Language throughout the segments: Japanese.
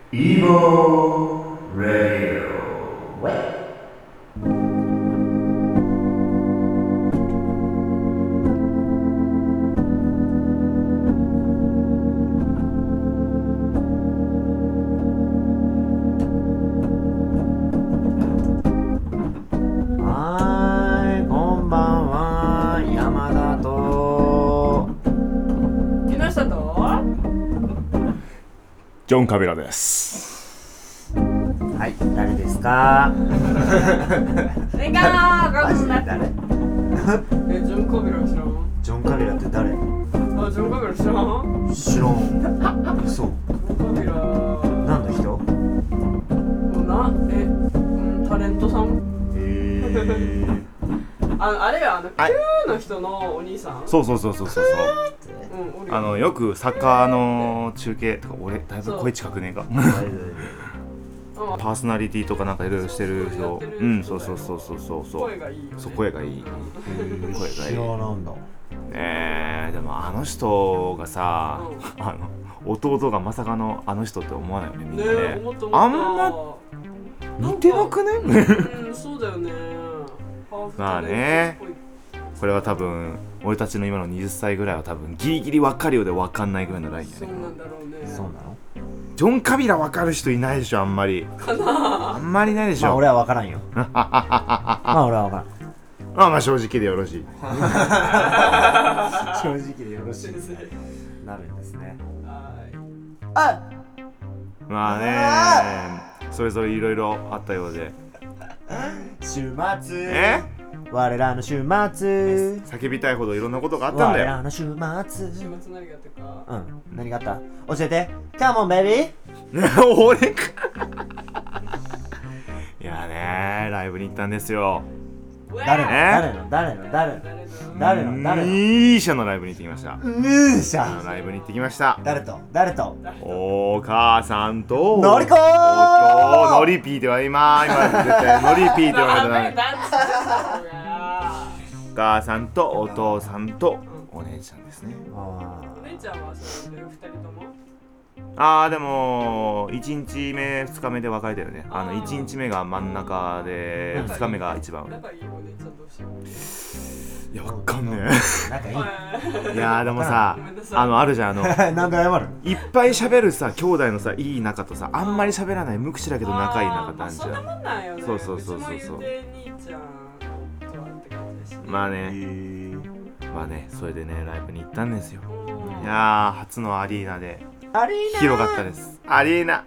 Emo Radio. Wait. ジョン・カビラです。 はい、誰ですか？ 誰かマジで誰？ ジョン・カビラ知らん？ ジョン・カビラって誰？ あ、ジョン・カビラ知らん？ 知らん。そう。 ジョン・カビラ何の人？ タレントさん？ あれや、Q の人のお兄さん？ そう、うん、よくサッカーの中継とか、俺だいぶ声近くねえかパーソナリティとかなんかいろいろしてる人、うん、そう声がいいよね。 そう、声がいい知らなんだ。 でもあの人がさ、弟がまさかのあの人って思わないよね、みんなね。あんま似てなくね？ うん、そうだよね。 まあね、これは多分俺たちの今の20歳ぐらいは多分ギリギリ分かるようで分かんないぐらいのラインやね。 そうなんだろうね。 そうなの？ ジョン・カビラ分かる人いないでしょ、あんまり。あんまりいないでしょ。 まあ俺は分からんよ。まあ俺は分からん。 まあ正直でよろしい。 正直でよろしいですね。なるんですね。あ、 まあね、それぞれいろいろあったようで。 週末。我らの週末。 叫びたいほどいろんなことがあったんだよ。 我らの週末。 週末何があったか。 うん、何があった？教えて。Come on baby。 俺か。いやね、ライブに行ったんですよ。 誰のミーシャのライブに行ってきました。 ミーシャのライブに行ってきました。 誰とお母さんとのりこーのりぴーでは今絶対のりぴーって言わないとダメ。お母さんとお父さんとお姉ちゃんですね。 お姉ちゃんはそうで2人とも？ でも1日目2日目で別れたよね。1日目が真ん中で2日目が一番。 仲いいお姉ちゃん同士。 いや、わかんね仲いい。 え。いやでもさ、あるじゃん、 なんで謝る？ いっぱい喋るさ兄弟のさいい仲とさ、あんまり喋らない無口だけど仲いい仲ってあるじゃん。 そんなもんなんよね。 そう。 うちも言うて兄ちゃんとはって感じだし。 まあね、それでねライブに行ったんですよ。いや初のアリーナで広かったです。アリーナ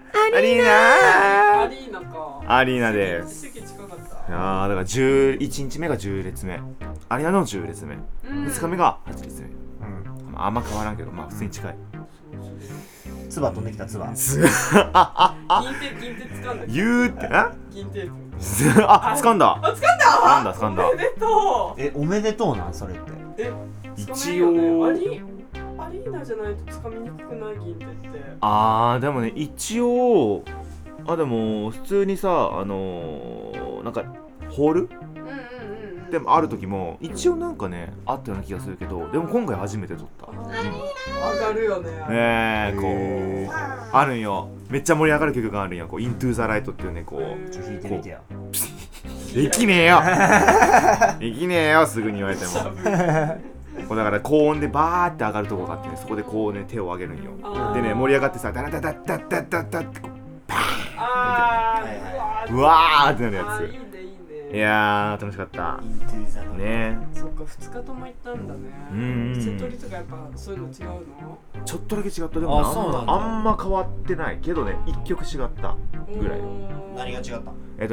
です。 席近かった。 いやだから11日目が10列目、アリーナの10列目、2日目が8列目。あんま変わらんけど、まあ普通に近い。 ツバ飛んできたツバ。 銀手掴んだ。 言うってな。 銀テープ。 掴んだ。 おめでとう。 おめでとうなんそれって。 一応アリーナじゃないと掴みにくくない銀手って。 でもね一応でも普通にさなんかホールでもある時も一応なんかねあったような気がするけど、でも今回初めて撮った。 上がるよね。 こうあるんよ。めっちゃ盛り上がる曲があるんよ。こう Into the Light っていうね、こう弾いてみてよ。 できねえよすぐに言われても。こうだから高音でバーって上がるとこがあってね、そこでこうね手を上げるんよ。でね盛り上がってさダラダダダダダダってこうパーンうわーってなるやつ。いや楽しかったね。 そっか、2日とも行ったんだね。セトリとかやっぱそういうの違うの？ ちょっとだけ違った。でもあんま変わってないけどね、1曲違ったぐらい。 何が違った？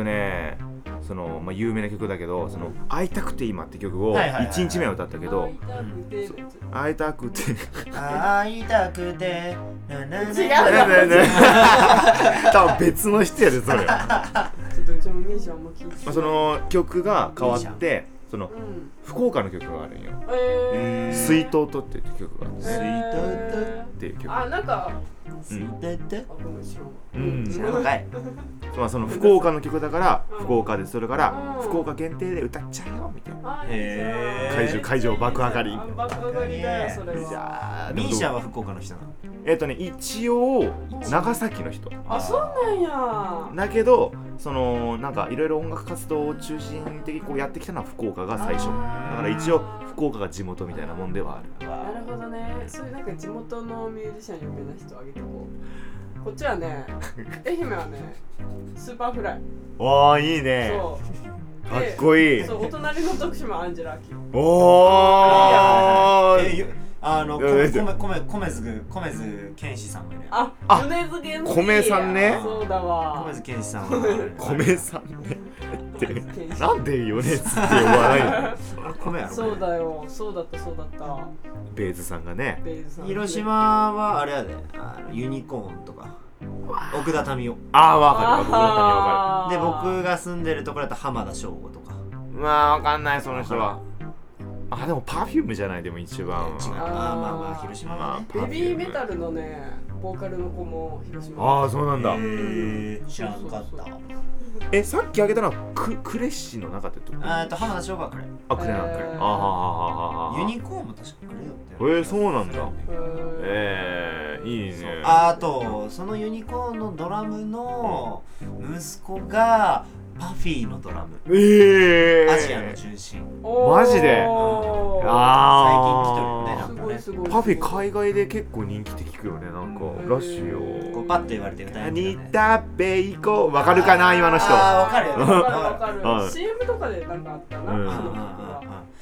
有名な曲だけど、会いたくて今って曲を1日目は歌ったけど、会いたくて違う多分別の人やでそれ。 ちょっとうちもミーシャあんま聞いてない。 その曲が変わって、 福岡の曲があるんよ。 へー水筒とっていう曲があって、 水筒っていう曲。 あ、なんか水筒あ、ごめん知らんわうん知らんかい。 まあその福岡の曲だから福岡でそれからうん福岡限定で歌っちゃうよみたいな。 あ、 へー会場爆上がり。 あ、爆上がりだよそれじは。 ゃあミーシャは福岡の人なの。 一応長崎の人あ、そうなんや。 だけど、そのなんかいろいろ音楽活動を中心的にこうやってきたのは福岡が最初だから一応福岡が地元みたいなもんではある。 なるほどね。そういうなんか地元のミュージシャン有名な人あげてこう。こっちはね、愛媛はね、スーパーフライ。 おーいいね。 そう。 かっこいい。 そう、お隣の徳島アンジェラ・アキ。 おー米津玄師さんもいるよ。 あ、 あ米津玄師。 米さんねそうだわ。 米津玄師さんは米さんねって米津なんで米津って呼ばないの。 米やろ。 そうだよ。そうだったそうだった。 ベーズさんがね。 ベイズさん。 広島はあれやで、ユニコーンとか奥田民生ああわかるわ僕だったらわかで、僕が住んでるところだと浜田省吾とか。 る。まあわかんないその人は。あでもPerfumeじゃないでも一番。 違う。まあ広島はね。 ベビーメタルのね、ボーカルの子も広島。 ああそうなんだ。 知らんかった。 さっきあげたのはクレッシーの中ってどこ？ 浜田省吾はこれ。 あクレなんだ。ああユニコーンも確かこれだったよ。 そうなんだ。いいね。 あとそのユニコーンのドラムの息子がパフィーのドラム。アジアの中心。 マジで最近来てるよね。なんかね。 すごい。 パフィ海外で結構人気って聞くよねなんからしいよ。 こうパッと言われて歌えるんだよニね。 タベイコわかるかな今の人。 わかるよね。 わかるはい CM とかでなんかあったな。 うんその曲は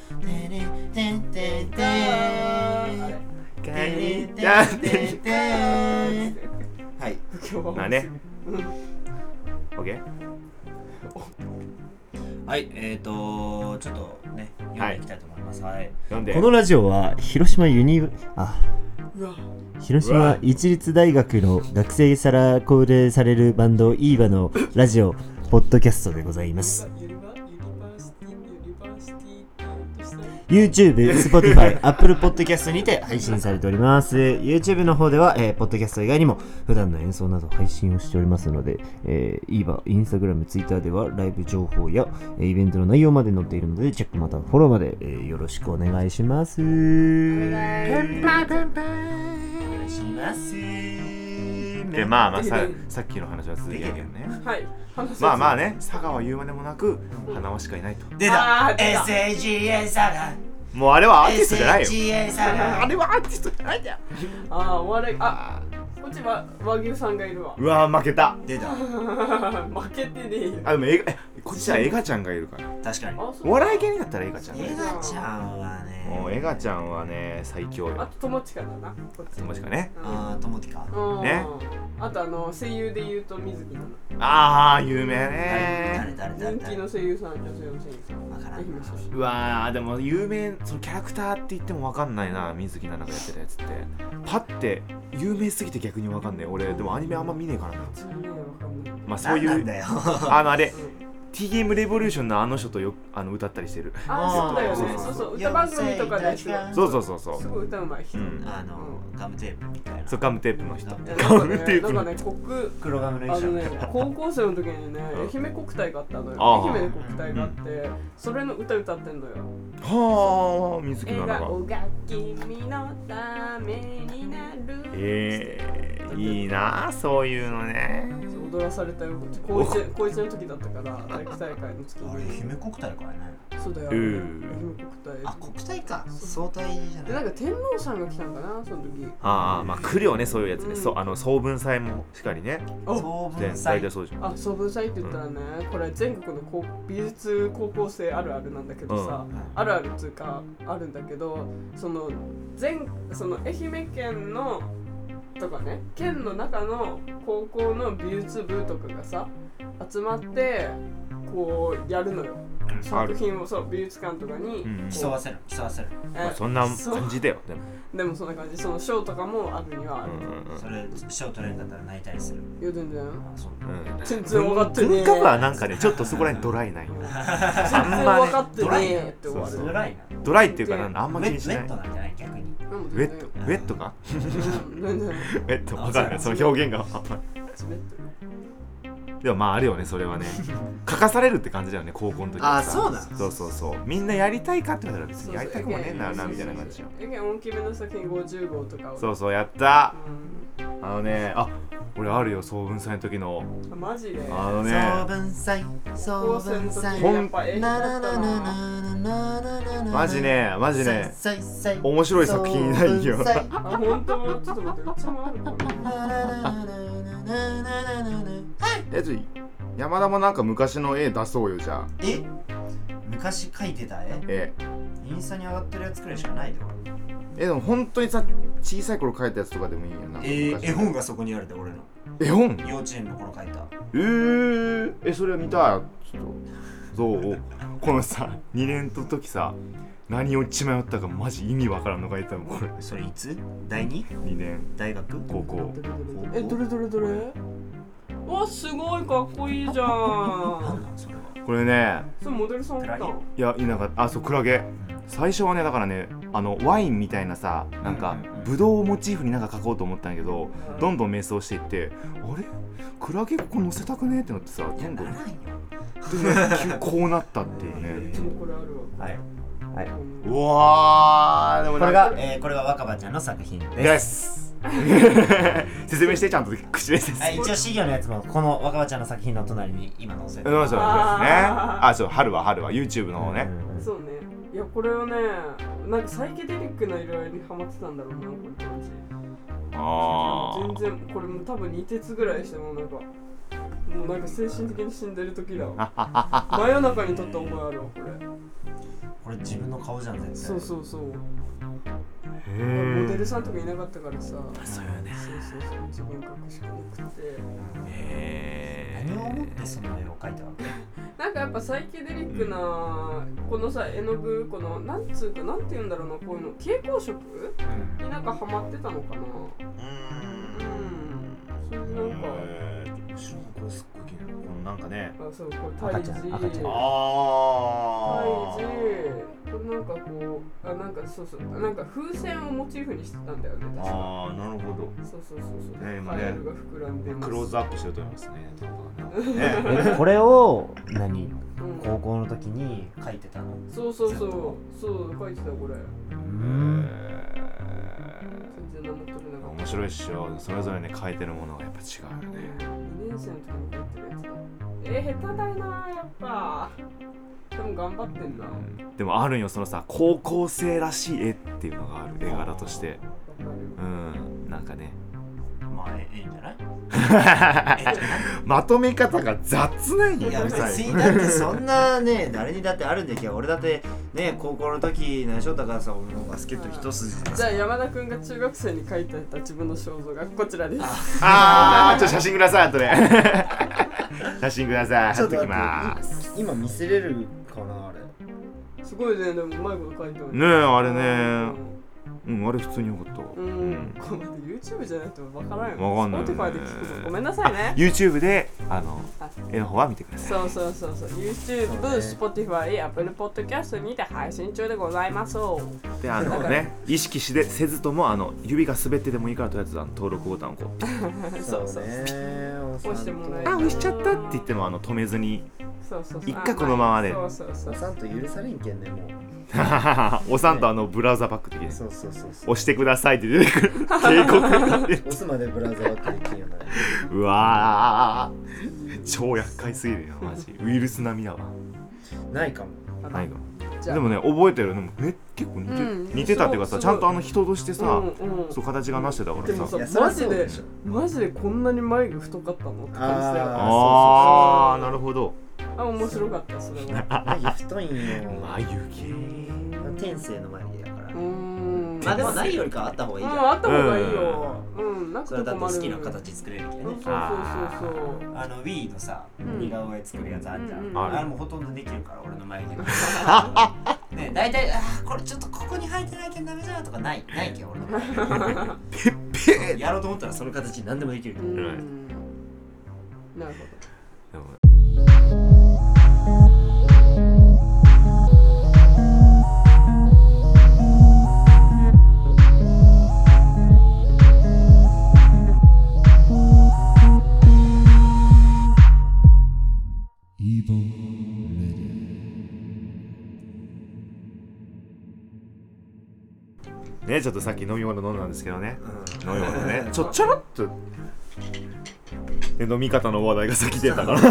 はい。 今日はまあね。オッケー。 はい、ちょっとね、読んでいきたいと思います。はい。 読んで。 このラジオは広島うわ広島市立大学の学生からコールされるバンドイーバのラジオポッドキャストでございますユニバーシティ YouTube、Spotify、Apple Podcast にて配信されております。YouTube の方では、ポッドキャスト以外にも普段の演奏など配信をしておりますので、Eva、Instagram、Twitter ではライブ情報や、イベントの内容まで載っているので、チェックまたはフォローまで、よろしくお願いします。 お願いします。 でまあさっきの話は続きだけどね。 はいまあね佐川言うまでもなく花輪しかいないと。 出た SAGA サガもうあれはアーティストじゃないよ。 SAGA サガあれはアーティストじゃないんだよ。 お笑いこっちは和牛さんがいるわうわ負けた。 出た。 負けてねえよでもこっちはエガちゃんがいるから。 確かに。 お笑い芸人だったらエガちゃん。 エガちゃんはもうね、 エガちゃんはね最強あよ。 と友近だなこっちもしかね。 ともてか。 ねあと声優で言うと水木なのああ有名誰ね。 人気の声優さん女性の声優さんわからん愛媛出身うわでも有名そのキャラクターって言っても分かんないな水木奈々がやってたやつってパッて有名すぎて逆に分かんない俺でもアニメあんま見ねえからな。 ちなみにわかんないまあそういうなんだよ。 あれ TM レボリューションのあの人と歌ったりしてる。 そうだよねそう歌番組とかですよそうすごい歌うまい人ガムテープみたいな。 そうガムテープの人。 なんかね黒ガムの衣装。 高校生の時にね愛媛国体があったのよあー愛媛で国体があってそれの歌歌ってんのよはあ水木笑奈々が。 顔が君のためになるいいなそういうのね。 踊らされたよ高一の時だったから体育大会の月あれ、 に姫国体からね。 そうだよ愛媛国体あ、国体か。総体じゃでな。 ないんか天皇さんが来たんかなその時まあ来るよねそういうやつね。総文祭もしかりね。 総文大祭体。そうじゃん。 総文祭って言ったらねこれ全国の美術高校生あるあるなんだけどさあるあるっつうかあるんだけどその愛媛県のとかね県の中の高校の美術部とかがさ集まってこうやるのよ作品をそう美術館とかにうん競わせるまあそんな感じだよでもでもそんな感じその賞とかもあるにはある、 それ賞取れんかったら泣いたりする。 いや全然あ、そう。 全然分かってね文化部はなんかねちょっとそこら辺ドライなんよ全然分かってねえって終わるドライな。 ドライっていうかなんあんまウェ気にしないットなんじゃない逆に。 ウェットか全然ウェットわかんないその表現がでもまああるよねそれはね書かされるって感じだよね高校の時はさそうだ。 そうみんなやりたいかって言われたら別にやりたくもねえんだろうなみたいな感じよ大きめの作品50号とかをそうやったうんあのねあ俺あるよ総文祭の時のあマジであのね総文祭、総文祭。 ほんやっぱ絵だったなマジね祭祭面白い作品ないよ総文祭あ本当ちょっと待ってうちもあるかなちょ山田もなんか昔の絵出そうよじゃあえ、昔描いてた絵インスタに上がってるやつくらいしかないで俺。 でも本当にさ小さい頃描いたやつとかでもいいよなんか昔絵本がそこにあるで俺の。 絵本幼稚園の頃描いた。 それ見たいちょっとそうこのさ2年の時さ何を血迷ったかマジ意味わからんのがいたのこれそれいつ？第 2？ 2年大学？ 高校どれわすごいかっこいいじゃなんんなんそれは。 これねそれモデルさんおったんいやいなかったあそうクラゲ最初はねだからねワインみたいなさなんかブドウをモチーフになんか描こうと思ったんやけどどんどん迷走していってあれクラゲここ乗せたくねってなってさどんどんでねこうなったっていうねうちにこれあるわはい。はい。 うわーでもこれなんかが、これが若葉ちゃんの作品です。 です説明してちゃんと口で説明はい、一応、シギョのやつもこの若葉ちゃんの作品の隣に今載せてそうですねそう春は YouTube の方ねそうねいやこれはねなんかサイケデリックな色合いにハマってたんだろうなこれ当時あ全然これもう多分2鉄ぐらいしてもなんか精神的に死んでる時だわ真夜中に撮った覚えあるわこれこれ自分の顔じゃん、絶対。 そうへモデルさんとかいなかったからさそうよねそう自分隠しかなくて何を思ってその絵を描いたわけ？ なんかやっぱサイケデリックなこのさ絵の具このなんて言うんだろうなこういうの蛍光色になんかハマってたのかなそれでなんかこれすっごい気になるこのなんかねあそうこれタイジ赤ちゃんタイジあこれなんかこうなんかそうなんか風船をモチーフにしてたんだよね確かあーなるほどそうね今ねカエルが膨らんでますクローズアップしてると思いますねこれを何うん高校の時に描いてたの？ そう書いてたこれ全然何も取れなかった面白いっしょそれぞれね書いてるものがやっぱ違うよね 2年生の時に書いてるやつだ下手だなやっぱでも頑張ってんなでもあるんよそのさ高校生らしい絵っていうのがある絵柄としてなんかねまあ、いいんじゃない？ まとめ方が雑なんよいや別うるさいにだってそんなね誰にだってあるんだけど俺だってね高校の時の翔太がさ俺のバスケット一筋でじゃあ山田くんが中学生に書いてた自分の肖像がこちらですあーちょっと写真ください後で写真ください貼っときます今見せれるかなあれすごいねでもうまいこと書いてるねえあれねあれ普通によかったわこれ YouTube じゃなくても分からんよわかんない Spotify で聞くぞごめんなさいね YouTube で絵の方は見てくださいそう YouTube、Spotify、Apple Podcast にて配信中でございますでね意識せずとも指が滑ってでもいいからとりあえず登録ボタンをこうそう押してもらえる押しちゃったって言っても止めずにそう一回このままでそうおさんと許されんけんねもうおさんとブラウザバックできるそう押してくださいって出てくる警告が出て押すまでブラウザバックできんよなうわー超厄介すぎるよマジウイルス並みだわないかもないかじゃあでもね覚えてるでも結構似てたっていうかさちゃんと人としてさそう形がなしてたからでもささいやそりゃそうでしょマジでこんなに眉毛太かったのって感じだよあーなるほど面白かったそれは眉毛太いんよ眉毛天性の眉毛やからまあでもないよりかはあった方がいいじゃん。 あった方がいいよ。なくそれだって好て困る。 きな形作れるけどね。 そうそうそう Wii のさ、似顔絵作るやつあるじゃん。 あるあれもほとんどできるから、俺の眉毛ね、大体これちょっとここに生えてないけどダメじゃんとかないけど俺の眉毛ペッペやろうと思ったらその形に何でもできる。 そう。なるほど。 でもね、ちょっとさっき飲み物飲んだんですけどね、飲み物ねちょろっとで飲み方の話題が先出たから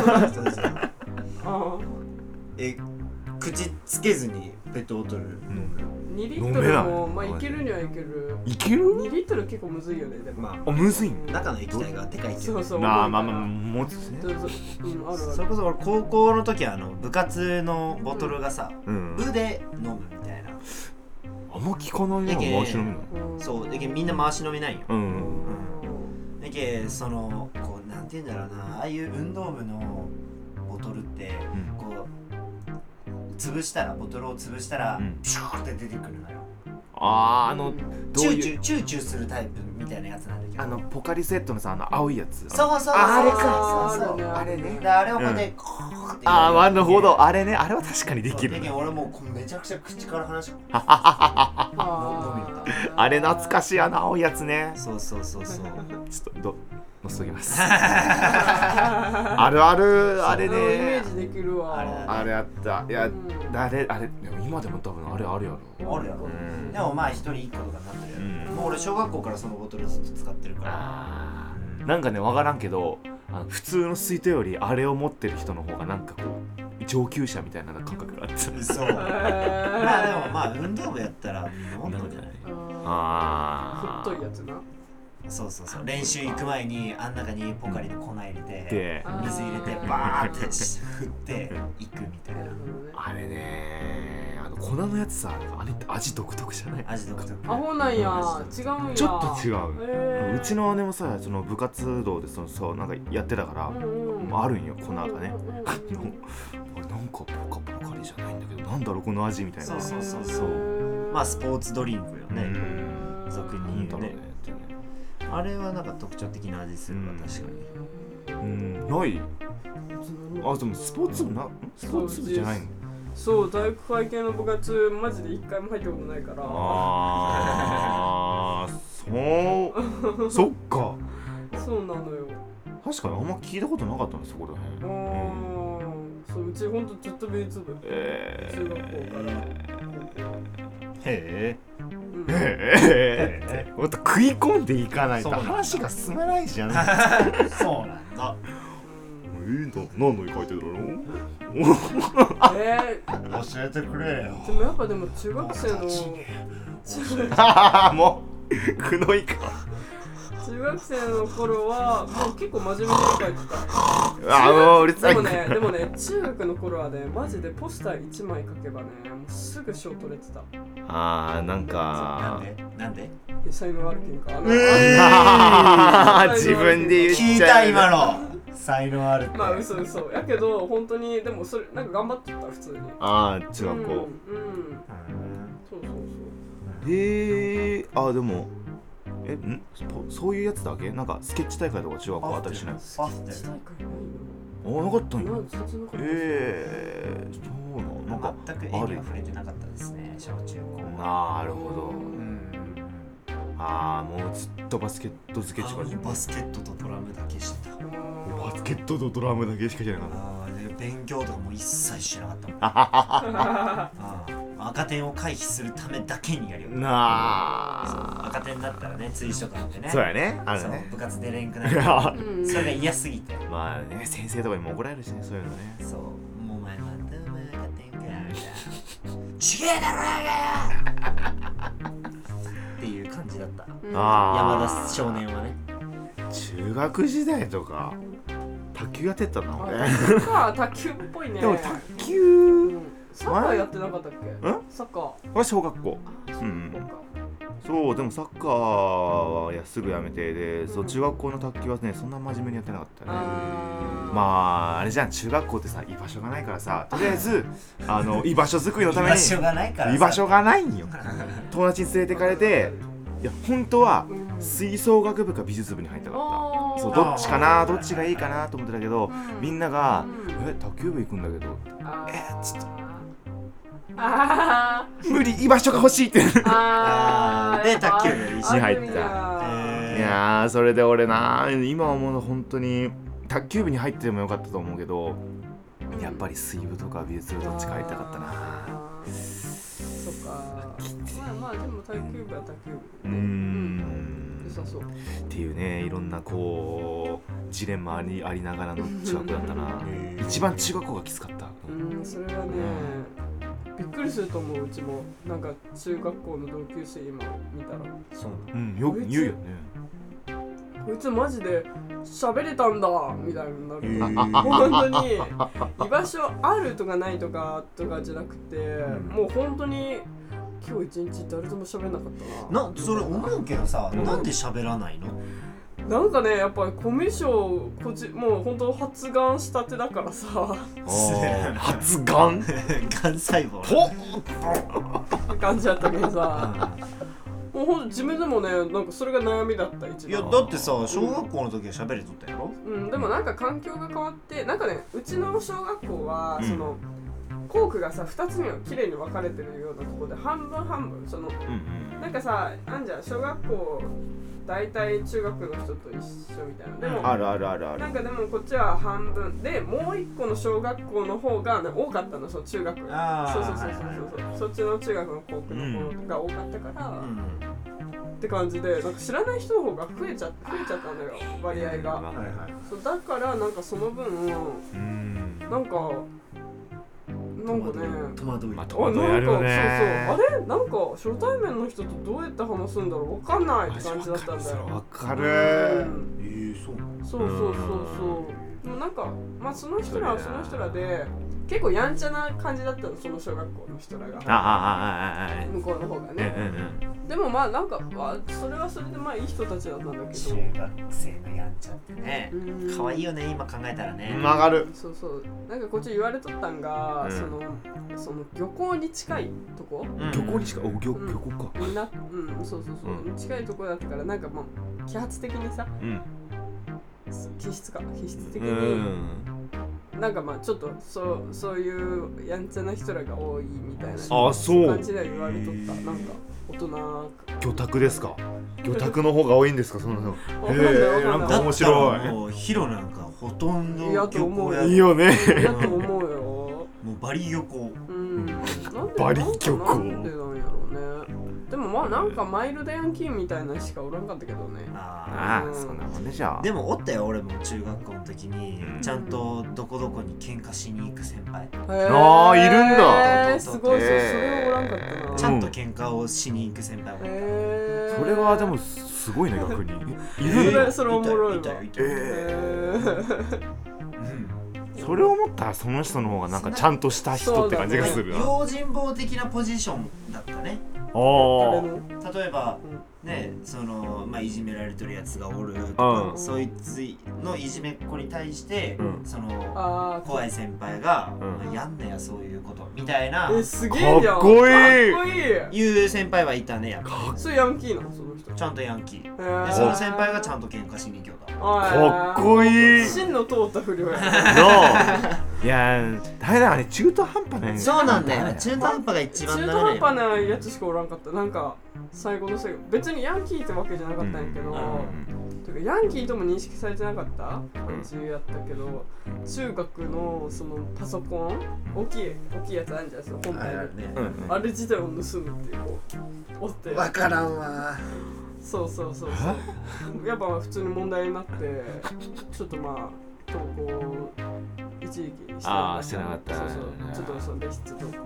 口つけずにペットボトル 2リットルもまあいけるにはいける。 いける 2リットル結構むずいよね。でもまあ、むずいん中の液体がでかいけどそうそう。 まあ持つねあるある。 それこそ俺高校の時は部活のボトルがさ、 うん部で飲むみたいな。 あんま聞かないね回し飲みのそうでみんな回し飲みないよ。でこうなんて言うんだろうな、ああいう運動部のボトルってこうボトルを潰したらピューって出てくるのよ。チューチューするタイプみたいなやつなんだけど、 ポカリセットのさ青いやつそうあれかそうあれねであれをこうやってコーってなるほどあれねあれは確かにできる俺もうめちゃくちゃ口から話しあれ懐かしい青いやつねそうちょっと乗せときますあるあるあれねイメージできるわ。 あれあったいやあれでも今でも多分あれあるやろあるやろ。でもまあ一人一個とかになってるやろ。もう俺小学校からそのボトルずっと使ってるからなんかね分からんけど普通の水筒よりあれを持ってる人の方がなんかこう上級者みたいな感覚があってそうまあでもまあ運動部やったら飲んだんじゃない。 太いやつな。 そう練習行く前にあん中にポカリの粉入れて水入れてバーって振っていくみたいな。 あれね粉のやつさあれって味独特じゃない？ 味独特。 あ、ほうなんや。違うんや。 ちょっと違う。うちの姉もさその部活動でそうなんかやってたからあるんよ粉がねなんかポカリじゃないんだけどなんだろうこの味みたいな。 そうまあスポーツドリンクよね俗に言うね。あれはなんか特徴的な味するわ確かに。 ない。でもスポーツ部じゃないの？ そう、体育会系の部活マジで一回も入ったことないから。 そっか。 そうなのよ。 確かにあんま聞いたことなかったねそこら辺。 そう、うちほんとずっと美術部。中学校からもっと食い込んでいかないと話が進まないじゃん。 そうなんだ。 何の書いてるの？ 教えてくれよ。 でもやっぱでも中学生のもうくのいか。 中学生の頃はもう結構真面目に書いてた。 うるさい。 でもね中学の頃はねマジでポスター1枚書けばねもうすぐ賞取れてた。 なんかなんで才能あるけんか。 自分で言っちゃう。 聞いた今の才能あるって。 まあ嘘やけど本当にでもそれなんか頑張ってた普通に。 中学校。 そうでもそういうやつだけなんかスケッチ大会とか中学校あったりしない？ スケッチ大会ないの？ なかったんや。 そうなんか全く絵には触れてなかったですね小中高。 なるほど。もうずっとバスケット漬けしかバスケットとドラムだけしてた。 バスケットとドラムだけしかしなかった。 勉強とかも一切しなかったもん。赤点を回避するためだけにやるよ。赤点だったらね追試とかなんでね。 そうやね。 部活出れんくなる。それが嫌すぎて。 まあね先生とかにも怒られるしねそういうのね。 そうもうお前なんでお前赤点かみたいな。ちげえだろやっていう感じだった。山田少年はね。 中学時代とか卓球やってたな俺。 卓球っぽいね。 でも卓球サッカーやってなかったっけ？サッカー。 は小学校。 そうでもサッカーはすぐやめてで、そう中学校の卓球はねそんな真面目にやってなかったね。まああれじゃん、中学校ってさ居場所がないからさ、とりあえず居場所作りのために居場所がないからさ居場所がないんよ。友達に連れてかれて、いや本当は吹奏楽部か美術部に入りたかった。そうどっちかな、どっちがいいかなと思ってたけど、みんなが卓球部行くんだけど、ちょっと無理、居場所が欲しいってで卓球部に入った。いやーそれで俺な、今思うの本当に卓球部に入ってもよかったと思うけど、やっぱり水部とか美術部どっちか入りたかったな。 そっか。まあでも卓球部は卓球部。良さそう。 っていうね、いろんなこうジレンマありながらの中学だったな。一番中学校がきつかった。 それはね、びっくりすると思う。うちもなんか中学校の同級生今見たら、 そうよく言うよね。 こいつマジで喋れたんだみたいになる。本当に居場所あるとかないとかじゃなくて、もう本当に今日一日誰とも喋んなかったな。 それ思うけどさ、なんで喋らないの？ なんかね、やっぱりコミュ障もう本当発がんしたてだからさ。 発がん？ がん細胞って感じだったけどさ。もうほんと自分でもね、なんかそれが悩みだった一番。 いやだってさ、小学校の時は喋れとったやろ？ でもなんか環境が変わって、なんかね、うちの小学校はその校区がさ2つには綺麗に分かれてるようなところで半分半分その、なんかさ、あんじゃん小学校大体中学の人と一緒みたいな。でもあるなんかでもこっちは半分で、もう一個の小学校の方が、ね、多かったの、そう中学。そうそっちの中学の校区の方が多かったから、って感じで、なんか知らない人の方が増えちゃったのよ、割合が。そうだからなんかその分なんかね、 戸惑いやるよね。 そうあれなんか初対面の人とどうやって話すんだろう、わかんないって感じだったんだよ。 わかる。 そうでもなんかまあその人らはその人らで結構やんちゃな感じだったの、その小学校の人らが。向こうの方がね。でもまあなんかそれはそれでまあいい人たちだったんだけど。 中学生のやんちゃってね、可愛いよね今考えたらね。 曲がる。 そうなんかこっち言われとったんが、その漁港に近いとこ。 漁港に近い、漁港か。 みんなそう近いとこだったから、なんかまあ揮発的にさ、気質的に。なんかまあちょっとそういうやんちゃな人らが多いみたいな感じで言われとった。なんか大人魚拓ですか？魚拓の方が多いんですか？そんなの。 なんか面白い。 もうヒロなんかほとんど漁港や。 いいよね。 やと思うよ。 もうバリ漁港。 バリ漁港。 なんでなんやろうね。でもまあなんかマイルドヤンキーみたいなしかおらんかったけどね。 そんなもんねじゃあ。 でもおったよ、俺も中学校の時にちゃんとどこどこに喧嘩しに行く先輩。 いるんだ。 すごい、それはおらんかったな。 ちゃんと喧嘩をしに行く先輩も。 それはでもすごいね、逆に。いる。それおもろいわ。 それを思ったらその人の方がなんかちゃんとした人って感じがするな。 用心棒的なポジションだったね。例えばね、いじめられてるやつがおるとか、そいつのいじめっ子に対して、その怖い先輩がやんなやそういうことみたいな、 すげえじゃん。 かっこいいいう先輩はいたね。やっぱそれヤンキーなの、その人。 ちゃんとヤンキーで、その先輩がちゃんと喧嘩しに行きよった。 かっこいい。 芯の通った不良や。 いやダメだね、中途半端な。 そうなんだよ、中途半端が一番ダメだよ。 中途半端なやつしかおらんかった。なんか最後の最後、別にヤンキーってわけじゃなかったんやけど、てかヤンキーとも認識されてなかった感じやったけど、中学のそのパソコン大きいやつあるんじゃないですか、本体で。あれ自体を盗むっていうおって。 わからんわ。 そうやっぱ普通に問題になって、ちょっとまあ投稿一時期してなかった。 してなかった。 ちょっとその別室とか。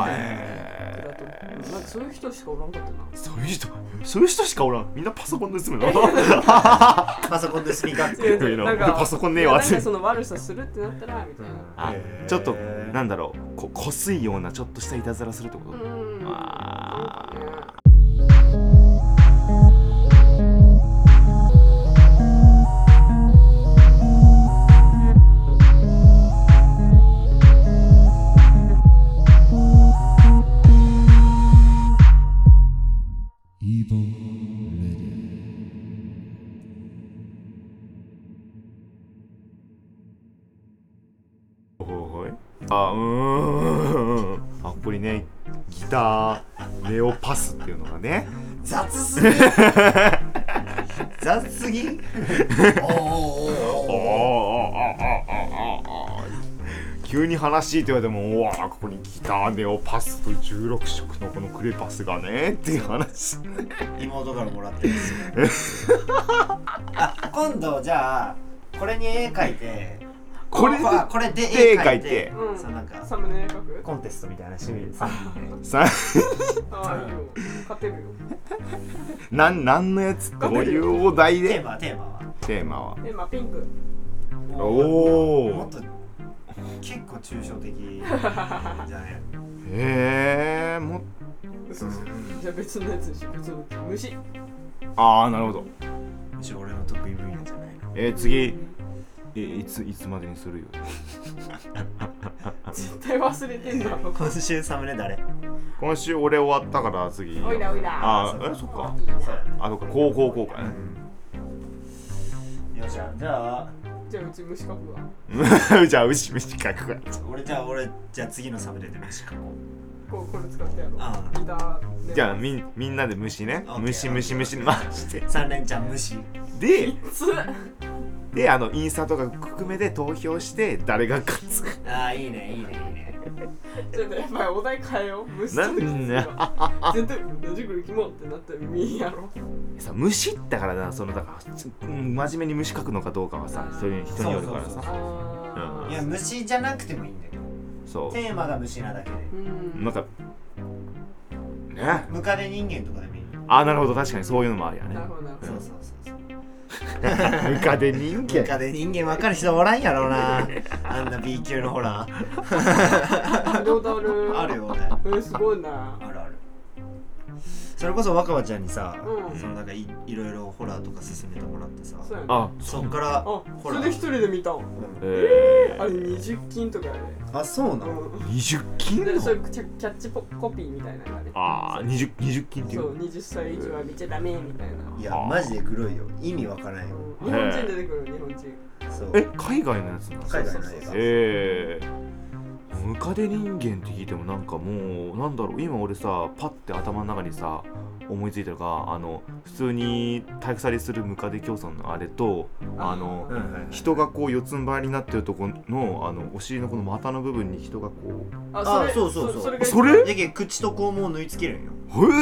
なんかそういう人しかおらんかったな。 そういう人しかおらん。みんなパソコン盗むの。 パソコン盗みがってなんかパソコンねえわ。 なんかその悪さするってなったらみたいな。 ちょっとなんだろう、こすいようなちょっとしたいたずらするってこと。 ここにねギターネオパスっていうのがね雑すぎ雑すぎ急に話って言われても、うわここにギターネオパスと16色のこのクレパスがねっていう話。 妹からもらってるんですよ今度じゃあこれに絵描いてこれで絵描いて、そうなんかサムネ描くコンテストみたいな趣味でささああいいよ勝てるよ何のやつどういうお題でテーマはピンクおおもっと結構抽象的じゃないも嘘じゃあ別のやつにしよう別の虫なるほど虫俺の得意分野じゃないの次いつまでにするよ絶対忘れてんだろ今週サムネ誰今週俺終わったから次おいらそっかいいなそっかこうかねよっしゃじゃあじゃあうち虫描くわじゃあ虫描くわ俺じゃあ次のサムネで虫描こうこれ使ってやろうギターじゃあみんなで虫ね虫回して 3連チャン虫でつインスタとか含めて投票して誰が勝ついいねちょっとやっぱりお題変えよう虫なんで絶対同じくる気もってなったら見やろさ虫だからなだから真面目に虫描くのかどうかはさそれ人によるからさいや虫じゃなくてもいいんだけどそうテーマが虫なだけでなんかねムカデ人間とかでもいいなるほど確かにそういうのもあるよねなるほどそうムカデ人間ムカデ人間分かる人おらんやろうなあんな B 級のホラーどうだるあるよねすごいなあるそれこそ若葉ちゃんにさ、 うんそのなんかいろいろホラーとか勧めてもらってさ、 そうやねそっからそれで一人で見たんあれ20金とかやであそうなの、 20金でそれキャッチコピーみたいなのがね 20金っていそうう20歳以上は見ちゃダメみたいないやマジでグロいよ意味わからんよ、 日本人出てくる日本人そう海外のやつなの海外の映画ムカデ人間って聞いてもなんかもうなんだろう今俺さパッて頭の中にさ思いついたのが普通に体育祭りするムカデ競争のあれと人がこう四つん這いになってるとこのお尻のこの股の部分に人がこうそうそれでけ口と肛門を縫い付けるんよ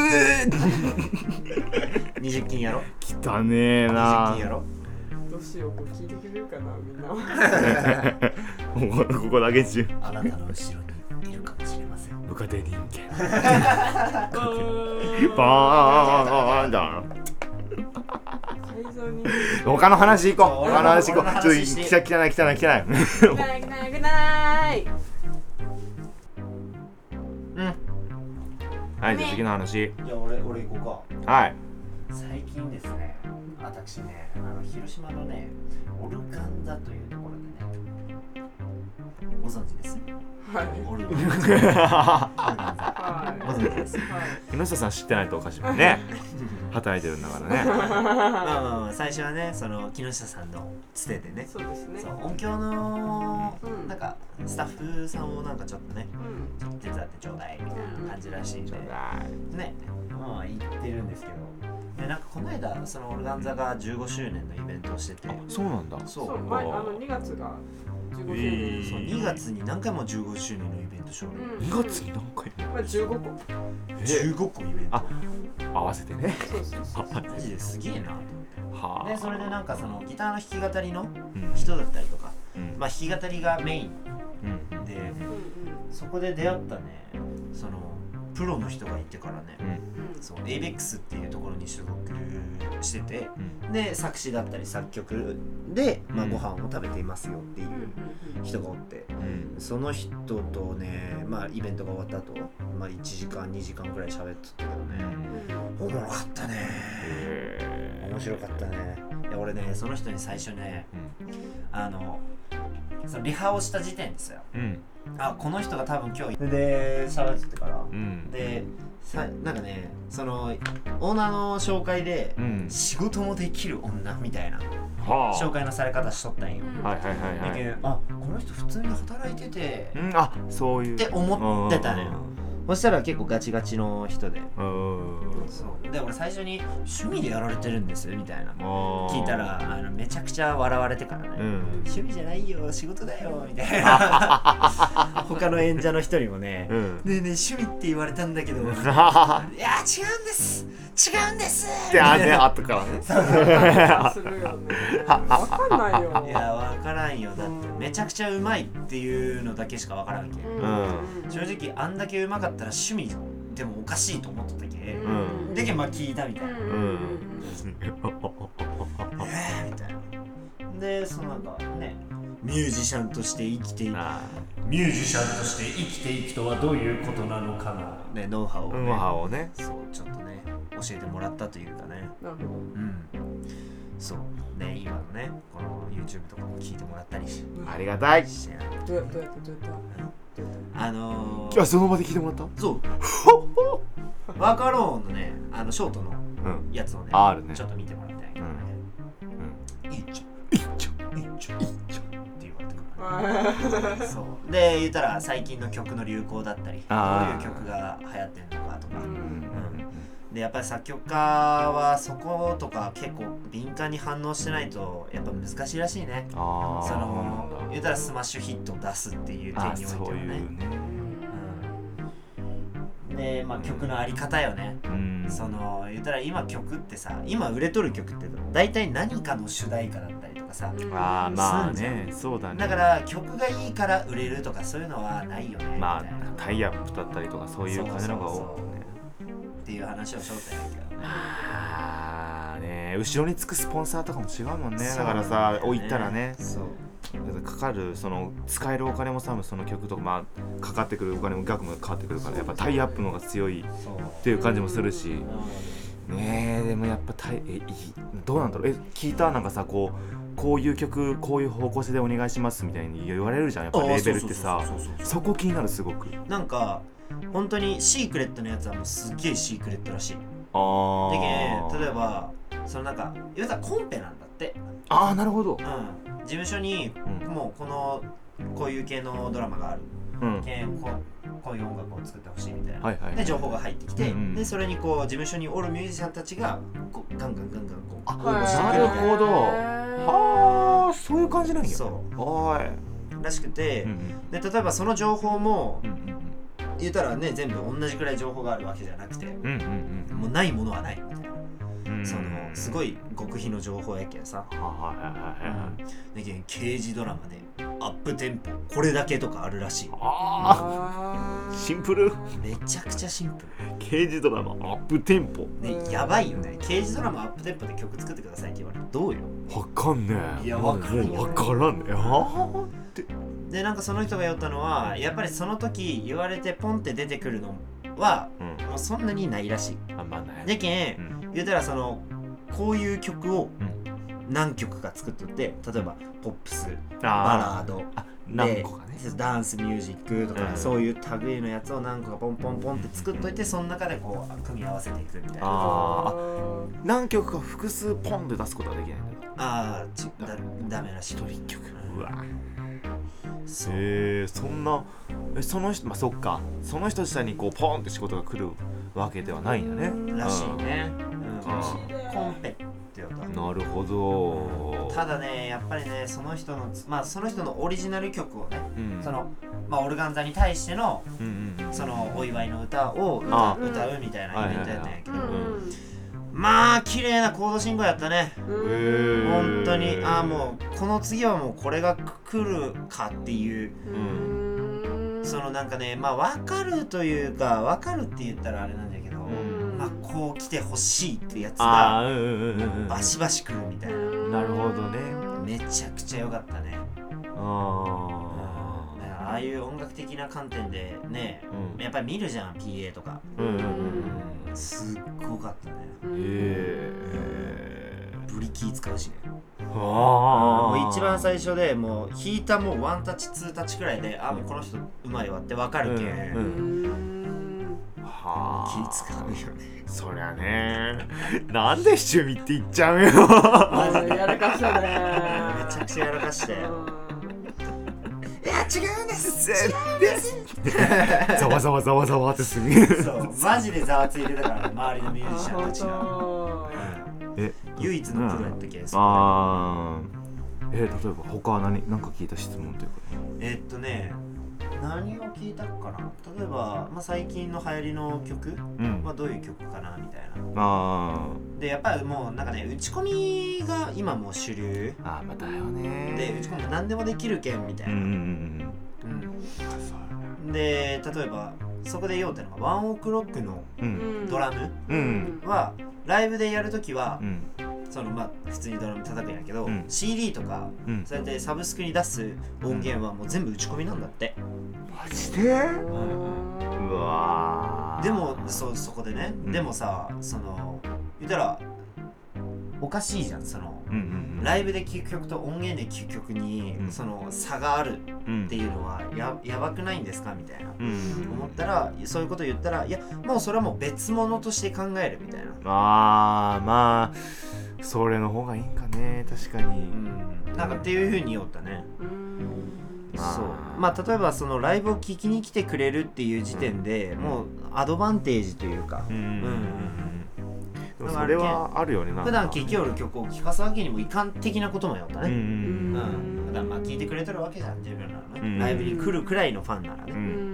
20金やろ汚ねえな 20金やろどうしようこれ聞いてくれるかなみんなここだけ中あなたの後ろにいるかもしれませんムカデ人間バーンだ他の話行こう他の話行こうちょっと汚いくないはいじゃあ次の話じゃあ俺行こうかはい最近ですね私ね広島のねオルガンザというところでねご存知ですはいオルガンザご存知です木下さん知ってないとおかしいもんね働いてるんだからねまあ最初はねその木下さんのつてでねそうですね音響のなんかスタッフさんをなんかちょっとね手伝ってちょうだいみたいな感じらしいんでねまあ言ってるんですけどでなんかこの間そのオルガンザが15周年のイベントをしててそうなんだそう前2月が15周年そう2月に何回も15周年のイベントしよう 2月に何回まあ15個 15個イベント合わせてねそうマジですげえなと思ってはでそれでなんかそのギターの弾き語りの人だったりとか、まあ弾き語りがメインで、そこで出会ったねそのプロの人がいてからね、そう ABEX っていうところに所属してて、で作詞だったり作曲で、まあ、ご飯を食べていますよっていう人がおって、その人とね、まあ、イベントが終わった後、まあ、1時間2時間くらい喋っとったけどね、おもろかったね面白かったね。いや俺ねその人に最初ね、そのリハをした時点ですよ、あこの人が多分今日で喋っててから、 うんでなんかねそのオーナーの紹介で、 うん仕事もできる女みたいなは紹介のされ方しとったんよ、 はいはいはいはいだけどこの人普通に働いてて、 うんあそういうって思ってたのよ。そしたら結構ガチガチの人で、そうで俺最初に趣味でやられてるんですみたいな聞いたらめちゃくちゃ笑われてからね、趣味じゃないよ仕事だよみたいな他の演者の一人もね、ねえねえ趣味って言われたんだけどいや違うんですって後からねするよね。わかんないよ。 いや分からんよだってめちゃくちゃうまいっていうのだけしか分からんけ、正直あんだけうまかったら趣味でもおかしいと思っとったけ、でけまあ聞いたみたいな、みたいなでそのなんかねミュージシャンとして生きていくとはどういうことなのかの、ね、ノウハウをね、そうちょっとね教えてもらったというかね。 なるほど。 そうね今のねこの YouTube とかも聞いてもらったりしてありがたいしてどうやってその場で聞いてもらったそうワーカーローンのねショートのやつをね、 あるねちょっと見てもらってあげて、いいっちょって言われてからそうで言ったら最近の曲の流行だったりどういう曲が流行ってんのかとか、でやっぱり作曲家はそことか結構敏感に反応してないとやっぱ難しいらしいね。その言ったらスマッシュヒットを出すっていう点においてはね。でまあ曲のあり方よね。その言ったら今曲ってさ今売れとる曲って大体何かの主題歌だったりとかさ、 まあねそうだね。 だから曲がいいから売れるとかそういうのはないよね。 まあタイアップだったりとかそういう感じのが多いねっていう話をしとったんやけどね。 後ろにつくスポンサーとかも違うもんね。だからさ置いたらねかかるその使えるお金もさその曲とかかかってくるお金も額も変わってくるからやっぱタイアップの方が強いっていう感じもするしね。でもやっぱどうなんだろう聞いたなんかさこういう曲こういう方向性でお願いしますみたいに言われるじゃんやっぱレーベルってさそこ気になるすごく。 なんか本当にシークレットのやつはもうすっげえシークレットらしい。で例えばそのなんか言うたらコンペなんだって。 なるほど。 事務所にもうこういう系のドラマがある、こういう音楽を作ってほしいみたいな、で情報が入ってきて、でそれにこう事務所におるミュージシャンたちがこうガンガンこう応募してくるみたいな。 なるほど。はあそういう感じなんや。 そうらしくて、で例えばその情報も、言うたらね全部同じくらい情報があるわけじゃなくて、もうないものはないみたいな。そのすごい極秘の情報やけんさ。だけん刑事ドラマでアップテンポこれだけとかあるらしい。 シンプル。 めちゃくちゃシンプル。 刑事ドラマアップテンポねやばいよね。刑事ドラマアップテンポで曲作ってくださいって言われるどうよ。 わかんねえ。 いやわからんよ。 わからんねえ。 でなんかその人が言ったのはやっぱりその時言われてポンって出てくるのは、もうそんなにないらしい。でけん、言うたらそのこういう曲を何曲か作っとって、例えばポップス、バラード何個かね、 ダンスミュージックとか、そういう類のやつを何個かポンポンポンって作っといて、その中でこう組み合わせていくみたいな。 何曲か複数ポンで出すことはできないんだ。 ダメらしい。 一曲。うわ。そんなその人そっかその人自体にこうポンって仕事が来るわけではないんだね。 らしいね。コンペって言うと。 なるほど。 ただねやっぱりねその人のオリジナル曲をね、そのオルガン座に対してのそのお祝いの歌を歌うみたいなイベントやったんやけど、まあ綺麗なコード進行やったね。本当にもうこの次はもうこれが来るかっていう、そのなんかね分かるというか分かるって言ったらあれなんだけど、こう来てほしいってやつがバシバシ来るみたいな。 なるほどね。 めちゃくちゃ良かったね。ああいう音楽的な観点でね、やっぱり見るじゃん PA とか。すっごかったね。ブリキー使うしね。もう一番最初でもう弾いたもう1タッチ2タッチくらいでもうこの人うまいわって分かるけん。 はあ気使うよね。 そりゃねなんで趣味って言っちゃうよやらかしたね。 めちゃくちゃやらかして、いや違うんです違うんですざわざわざわざわってすげえそうマジでざわついてたから、周りのミュージシャンたちが、唯一のプロやったけ、そこあ例えば他は何か聞いた質問というか何を聞いたかな。例えば、最近の流行りの曲はどういう曲かなみたいな。でやっぱりもうなんかね、打ち込みが今もう主流またよねで、打ち込みも何でもできるけんみたいな。で例えばそこで言おうってのがワンオクロックのドラムはライブでやるときは、その普通にドラム叩くんやけど、CD とか、そうやってサブスクに出す音源はもう全部打ち込みなんだって。 マジでうわでもそこでね、でもさ、その言ったらおかしいじゃん、その、ライブで聴く曲と音源で聴く曲に、その差があるっていうのはやばくないんですかみたいな、思ったら、そういうこと言ったら、いやもうそれはもう別物として考えるみたいな。 それの方がいいんかね、確かに、 なんかっていう風に言おったね。そう例えばそのライブを聴きに来てくれるっていう時点で、もうアドバンテージというか、 でもそれはあるよね。なんか普段聴きおる曲を聴かすわけにもいかん的なこともやったね。普段聴いてくれてるわけじゃん、自分らのね、ライブに来るくらいのファンなら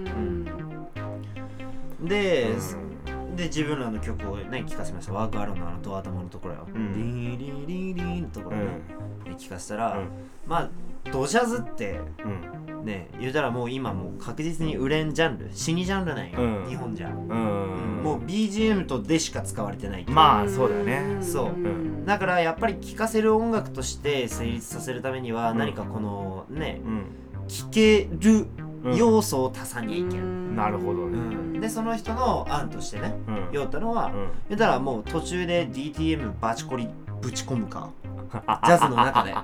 ね。で自分らの曲をね聴かせました。ワークアローのドア頭のところよ、リリリリリのところね、聴かせたら、ドジャズってね、言うたらもう今もう確実に売れんジャンル、死にジャンルなんよ、日本じゃ。もう BGM とでしか使われてない。 そうだよね。 そう、だからやっぱり聴かせる音楽として成立させるためには、何かこのね、聴ける要素を足さにゃいけん。 なるほどね。 でその人の案としてね、言ったのは、言ったらもう途中で DTM バチコリぶち込むか、ジャズの中で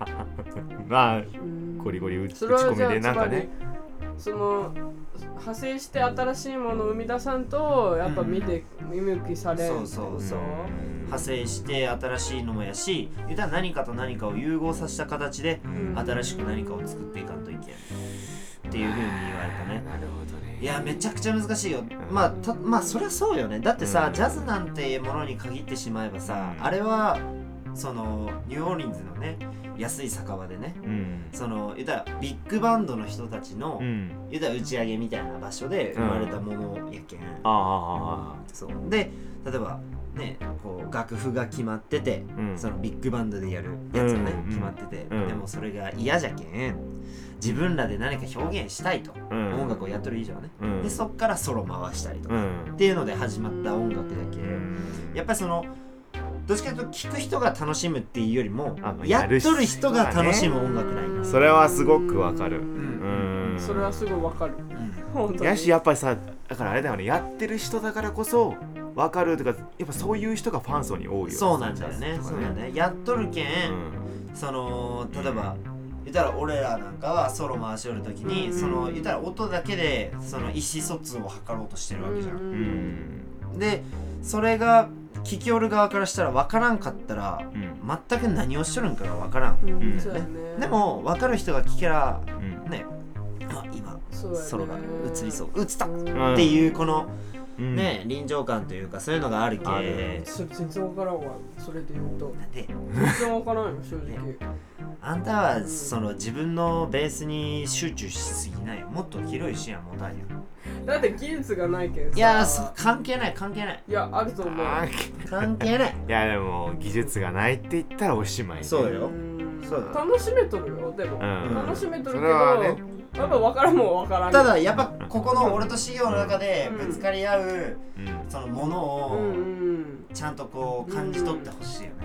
ゴリゴリ打ち込みでなんかね、 その派生して新しいものを生み出さんとやっぱ見向きされる。 そう派生して新しいのもやし、言ったら何かと何かを融合させた形で新しく何かを作っていかんといけんっていう風に言われたね。 なるほどね。 いやめちゃくちゃ難しいよ。そりゃそうよね。だってさ、ジャズなんてものに限ってしまえばさ、あれはそのニューオーリンズのね安い酒場でね、その言ったらビッグバンドの人たちの、言ったら打ち上げみたいな場所で生まれたものやけん、そうで例えばね、こう楽譜が決まってて、そのビッグバンドでやるやつがね、決まってて、でもそれが嫌じゃけん、自分らで何か表現したいと、音楽をやっとる以上はね、でそっからソロ回したりとか、っていうので始まった音楽だけ、やっぱりそのどっちかというと聴く人が楽しむっていうよりも、やっとる人が楽しむ音楽なんよ。 それはすごくわかる。 それはすごいわかる。本当に。 やしやっぱりさ、だからあれだよね、やってる人だからこそわかるとか、やっぱそういう人がファン層に多いよね。 そうなんだよね。そうなんだね。やっとるけん、その例えば言ったら俺らなんかはソロ回しよるときに、その言ったら音だけでその意思疎通を図ろうとしてるわけじゃん。でそれが聞きおる側からしたら分からんかったら、全く何をしとるんかが分からん、 そうだね。 でも分かる人が聞けらね、今ソロが映りそう、映ったっていうこのね、臨場感というかそういうのがあるけ。 それ全然分からんわ。それで言うとなんで全然分からんよ、正直。 あんたはその自分のベースに集中しすぎない。もっと広い視野持たんよ。 だって技術がないけんさ。 いや関係ない。 いやあると思う。 関係ない。 いやでも技術がないって言ったらおしまい。 そうよ。そうよ。 楽しめとるよ。でも楽しめとるけど、やっぱ分からんもん分からん。 ただやっぱここの俺と資料の中でぶつかり合うそのものをちゃんとこう感じ取ってほしいよね。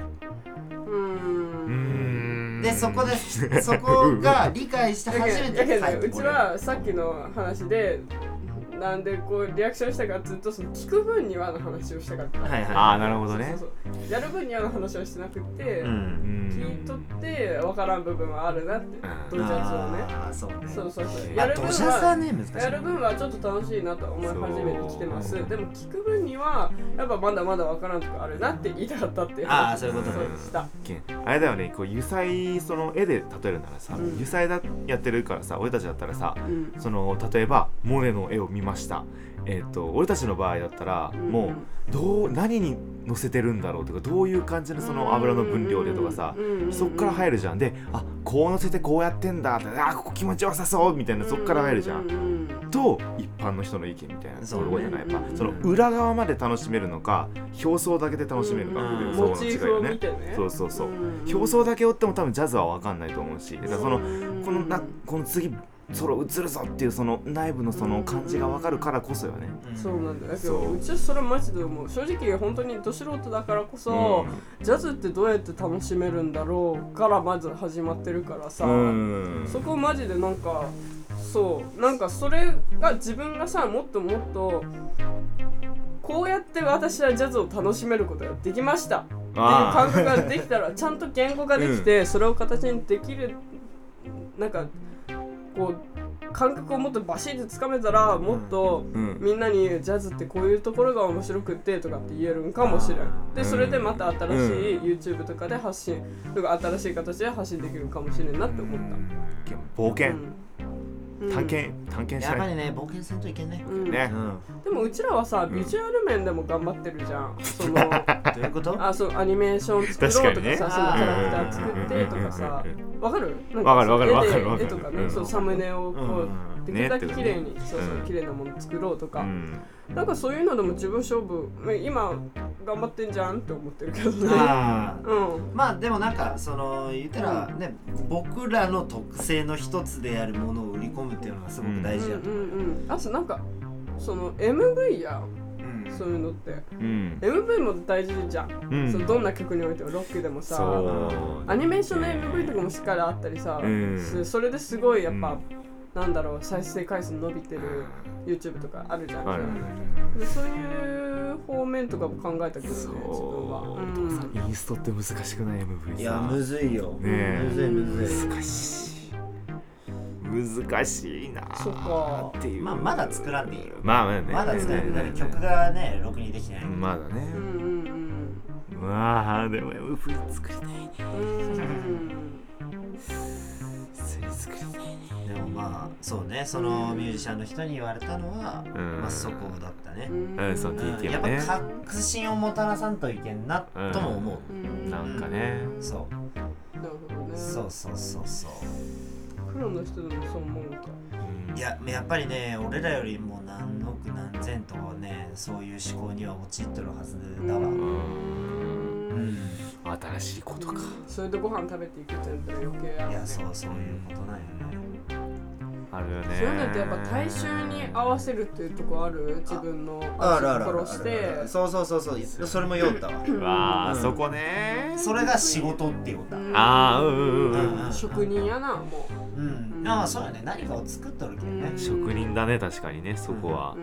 でそこが理解して初めて帰ってこれる。 うちはさっきの話でなんでこうリアクションしたかずっとその聞く分にはの話をしたかった。 はいはい。 ああなるほどね。 そうやる分にはの話はしてなくて、 うん聞いとって分からん部分はあるなってドジャズをね。 あーそうね。 そうやる分はね難しい。 やる分はちょっと楽しいなと思い始めてきてます。でも聞く分にはやっぱまだまだ分からんとこあるなって言いたかったっていうああそういうことね。 した。 あれだよね、こう油彩その絵で例えるならさ、油彩だやってるからさ、俺たちだったらさ、その例えばモネの絵を見ました。俺たちの場合だったら、もう何に載せてるんだろうとか、どういう感じのその油の分量でとかさ、そっから入るじゃん。で、あ、こう載せてこうやってんだって、あ、ここ気持ちよさそうみたいな、そっから入るじゃん。と一般の人の意見みたいなところじゃない。やっぱその裏側まで楽しめるのか、表層だけで楽しめるのかっていうその違いよね。そう。表層だけ追っても多分ジャズは分かんないと思うし、だからこの次ソロ映るぞっていうその内部のその感じが分かるからこそよね。 そうなんだけど、うちはそれマジで思う。正直本当にど素人だからこそ、ジャズってどうやって楽しめるんだろうからまず始まってるからさ、そこマジでなんかそうなんかそれが自分がさもっともっとこうやって私はジャズを楽しめることができましたっていう感覚ができたらちゃんと言語化できて、それを形にできるなんかこう感覚をもっとバシッとつかめたらもっとみんなにジャズってこういうところが面白くってとかって言えるんかもしれん。でそれでまた新しい YouTube とかで発信とか新しい形で発信できるかもしれんなって思った。 冒険、探検しやっぱないりね冒険せんといけんね。 ね。 でもうちらはさビジュアル面でも頑張ってるじゃん。そのどういうこと？ そうアニメーション作ろうとかさ、そのキャラクター作ってとかさ、わかる？絵とかね、そうサムネをこうできるだけ綺麗にそう綺麗なもの作ろうとか、なんかそういうのでも自分勝負今頑張ってんじゃんって思ってるけどね。 まあでもなんかその言ったらね、僕らの特性の一つであるものを売り込むっていうのがすごく大事だと思う。 あとなんかその MV やそういうのって、MV も大事じゃん、そのどんな曲においてもロックでもさ、アニメーションの MV とかもしっかりあったりさ、それですごいやっぱ、なんだろう再生回数伸びてる YouTube とかあるじゃん、でそういう方面とかも考えたけどね、自分は。 インストって難しくない MV さ。 いやむずいよ。むずい難しいなーっていう。 まだ作らんでいいよ。 まだ作らんでいい。曲がねろくにできてない。 まだね。まあでも MV 作りたいね。作りたいね。 でもまあそうね、そのミュージシャンの人に言われたのはまあそこだったね。 そう TTM ね。 やっぱ確信をもたらさんといけんなとも思う。 なんかね。 そう。 なるほどね。 そう。 プロの人でもそう思うか。 いややっぱりね、俺らよりも何億何千とね、そういう思考には陥ってるはずだわ。 新しいことか。 それでご飯食べていくって言ったら余計や。 いやそういうことなんよね。 あるよね。 そういうのってやっぱ大衆に合わせるっていうとこある？自分の殺して。 そうそれも酔ったわ。 わあそこね。 それが仕事っていうことだ。 職人やなもう。ああそうやね、何かを作っとるけんね。 職人だね、確かにね、そこは。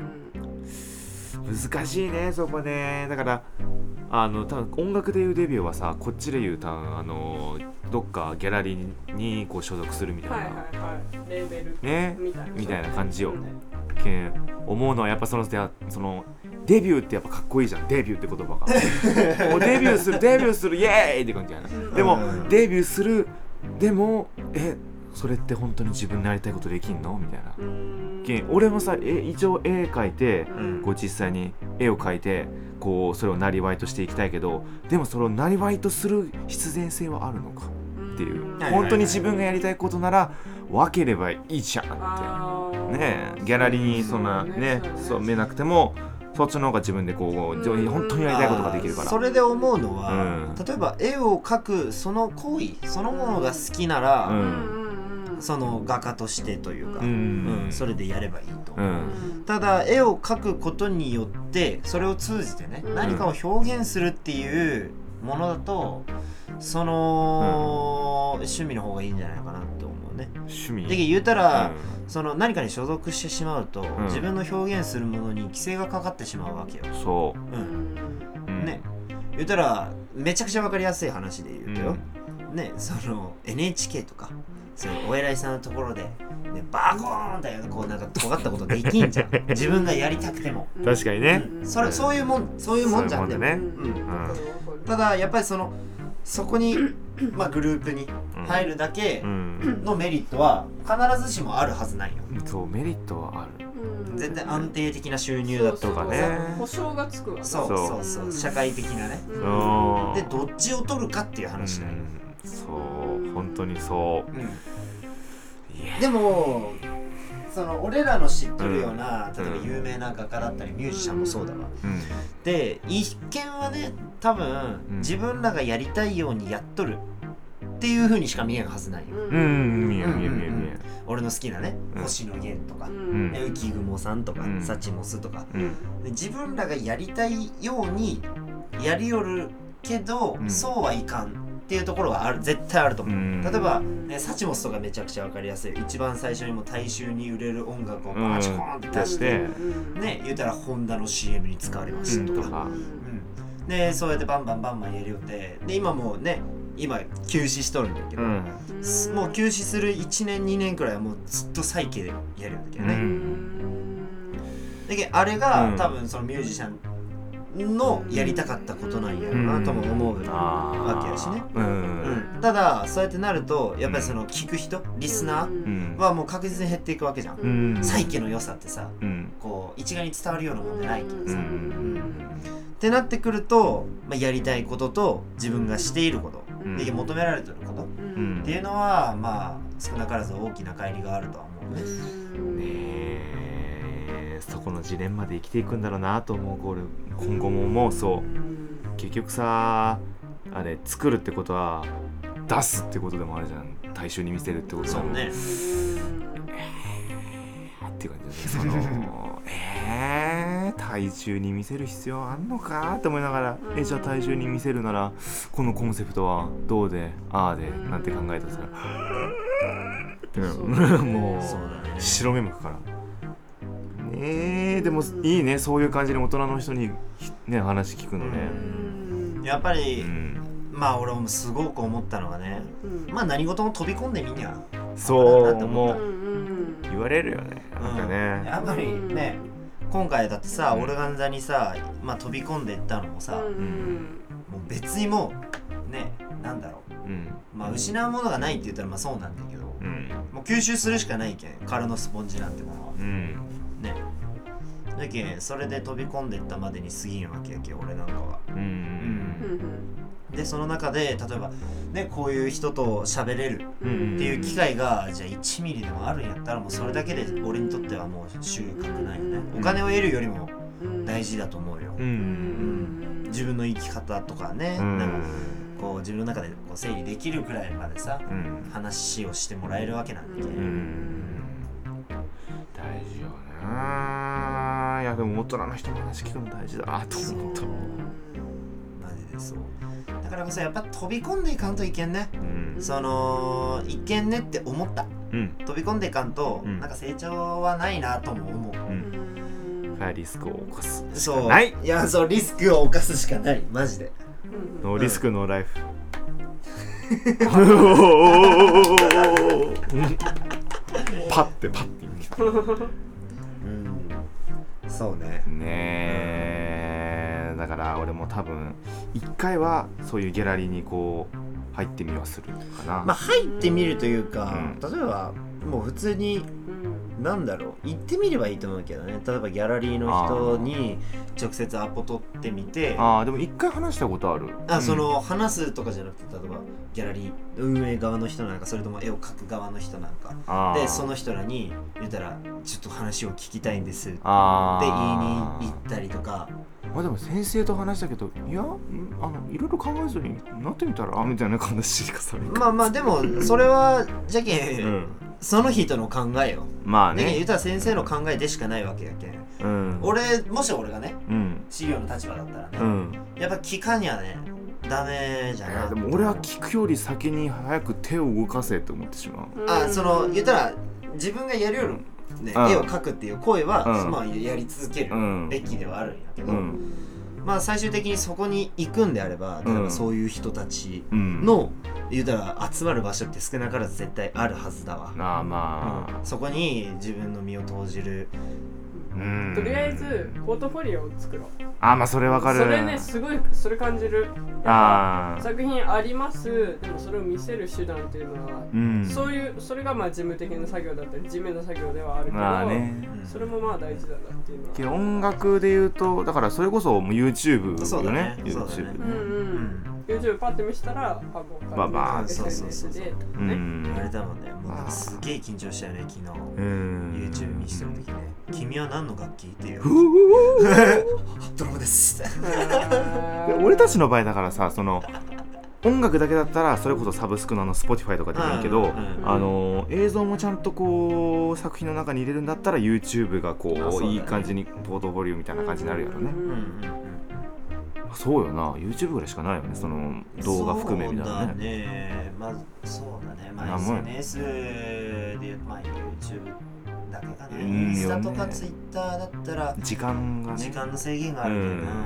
難しいね、そこね。だから多分音楽でいうデビューはさ、こっちでいうどっかギャラリーにこう所属するみたいな、 レーベルねみたいな感じよ。思うのはやっぱそのデビューってやっぱかっこいいじゃん、デビューって言葉が。もうデビューするイエーイって感じやな。でもデビューする、でもそれって本当に自分のやりたいことできんのみたいな。俺もさ一応絵描いて、こう実際に絵を描いてこうそれをなりわいとしていきたいけど、でもそれをなりわいとする必然性はあるのかっていう、本当に自分がやりたいことなら分ければいいじゃんってね。ギャラリーにそんなねそう見なくても、そっちの方が自分でこう本当にやりたいことができるから。 それで思うのは、例えば絵を描くその行為そのものが好きなら、その画家としてというか、それでやればいいと、ただ絵を描くことによってそれを通じてね、何かを表現するっていうものだと、その、趣味の方がいいんじゃないかなって思うね。 趣味で言うたら、その何かに所属してしまうと、自分の表現するものに規制がかかってしまうわけよ。 そう、 ね、言うたらめちゃくちゃ分かりやすい話で言うとよ、ね、その NHK とかそういうお偉いさんのところで、ね、バコーンってこうなんか尖ったことできんじゃん自分がやりたくても。 確かにね、 そういうもんじゃんね。 ただやっぱりそこにまあグループに入るだけのメリットは必ずしもあるはずないよ。 そう、メリットはある。 絶対安定的な収入だとかね、 保証がつくわ。 そう社会的なね。でどっちを取るかっていう話だよ。 そう本当にそう。 でもその俺らの知ってるような、例えば有名な画家だったりミュージシャンもそうだわ。で一見はね、多分自分らがやりたいようにやっとるっていう風にしか見えんはずないよ。 見えん。 俺の好きなね、星野源とか、浮雲さんとか、サチモスとか、で自分らがやりたいようにやりよるけど、そうはいかんっていうところが絶対あると思う。例えば、ね、サチモスとかめちゃくちゃ分かりやすい。一番最初にも大衆に売れる音楽をバチコーンって出して、ね、言うたらホンダの CM に使われましたとか、でそうやってバンバンやりよって、で今もうね、今休止しとるんだけど、もう休止する1年2年くらいはもうずっと再起でやるんだけどね。だけどあれが多分そのミュージシャンのやりたかったことなんやろうなとも思うわけやしね。ただそうやってなるとやっぱりその聞く人、リスナーはもう確実に減っていくわけじゃん。再起の良さってさ、こう一概に伝わるようなもんじゃないけどさ。ってなってくると、やりたいことと自分がしていることで求められていることっていうのはまあ少なからず大きな乖離があるとは思うね。 そこのジレンマで生きていくんだろうなと思う。これ今後ももうそう結局さ、あれ作るってことは出すってことでもあるじゃん。大衆に見せるってことそうね。 っていう感じで、その大衆に見せる必要あんのかって思いながら、じゃあ大衆に見せるならこのコンセプトはどうでああでなんて考えたらさもう白目向くからね。でもいいね、そういう感じで大人の人にね話聞くのね。 やっぱり、まあ俺もすごく思ったのがね、まあ何事も飛び込んでみんやそうもう言われるよね。なんかね、 やっぱりね、今回だってさ、オルガン座にさ、まあ飛び込んでいったのもさ、もう別にもうね、なんだろう、まあ失うものがないって言ったらまあそうなんだけど、もう吸収するしかないけん、殻のスポンジなんてものは、ね。だけんそれで飛び込んでいったまでに過ぎんわけやけん、俺なんかは。でその中で例えばね、こういう人と喋れるっていう機会がじゃあ1ミリでもあるんやったら、もうそれだけで俺にとってはもう収穫ないよね。お金を得るよりも大事だと思うよ。自分の生き方とかね、なんかこう自分の中でこう整理できるくらいまでさ、話をしてもらえるわけなんだけど、 大事よね。いやでも大人の人の話聞くの大事だなと思った。 マジでそう。だからこそやっぱ飛び込んでいかんといけんね。そのいけんねって思った。飛び込んでいかんと、なんか成長はないなとも思う。 リスクを冒すしかない。 いやそうリスクを冒すしかないマジで。 ノーリスクノーライフ。パッてそうね。 ねえ、だから俺も多分一回はそういうギャラリーにこう入ってみはするかな。 まあ入ってみるというか、例えばもう普通になんだろう、行ってみればいいと思うけどね。例えばギャラリーの人に直接アポ取ってみて、 でも一回話したことある。 その話すとかじゃなくて、例えばギャラリー運営側の人なんか、それとも絵を描く側の人なんかで、その人らに言ったらちょっと話を聞きたいんですって言いに行ったりとか。 でも先生と話したけど、いやいろいろ考えずになってみたらみたいな話がされる。 まあでもそれはじゃけん、その人の考えよ。 まあね。 言ったら先生の考えでしかないわけやけん。もし俺がね、資料の立場だったらね、やっぱ聞かにゃね、 ダメじゃない。 でも俺は聞くより先に早く手を動かせと思ってしまう。 その言ったら自分がやるよりね、絵を描くっていう行為は、まあやり続けるべきではあるんやけど、まあ最終的にそこに行くんであれば、例えばそういう人たちの、言うたら集まる場所って少なからず絶対あるはずだわ。 まあ、 そこに自分の身を投じる。 とりあえずポートフォリオを作ろう。 まあそれわかる。 それね、すごいそれ感じる。作品あります。でもそれを見せる手段っていうのは、それがまあ事務的な作業だったり地面の作業ではあるけど、それもまあ大事だなっていうのは。 音楽で言うと、だからそれこそもう YouTube よね。 YouTube パッて見せたら、SNS でとかね。 言われたもんね。もうすげえ緊張したよね、昨日。YouTube 見せてる時ね。君は何の楽器っていう。ドラムです。 俺たちの場合だからさ、その音楽だけだったらそれこそサブスクのSpotify とかでもいいけど、映像もちゃんとこう作品の中に入れるんだったら YouTube がこういい感じにポートフォリオみたいな感じになるやろね。そうよな、 YouTube ぐらいしかないよね、その動画含めみたいなね。 まあそうだね、まあ SNS でまあ YouTube だけかね。インスタとか Twitter だったら時間がね、 時間の制限があるけどな。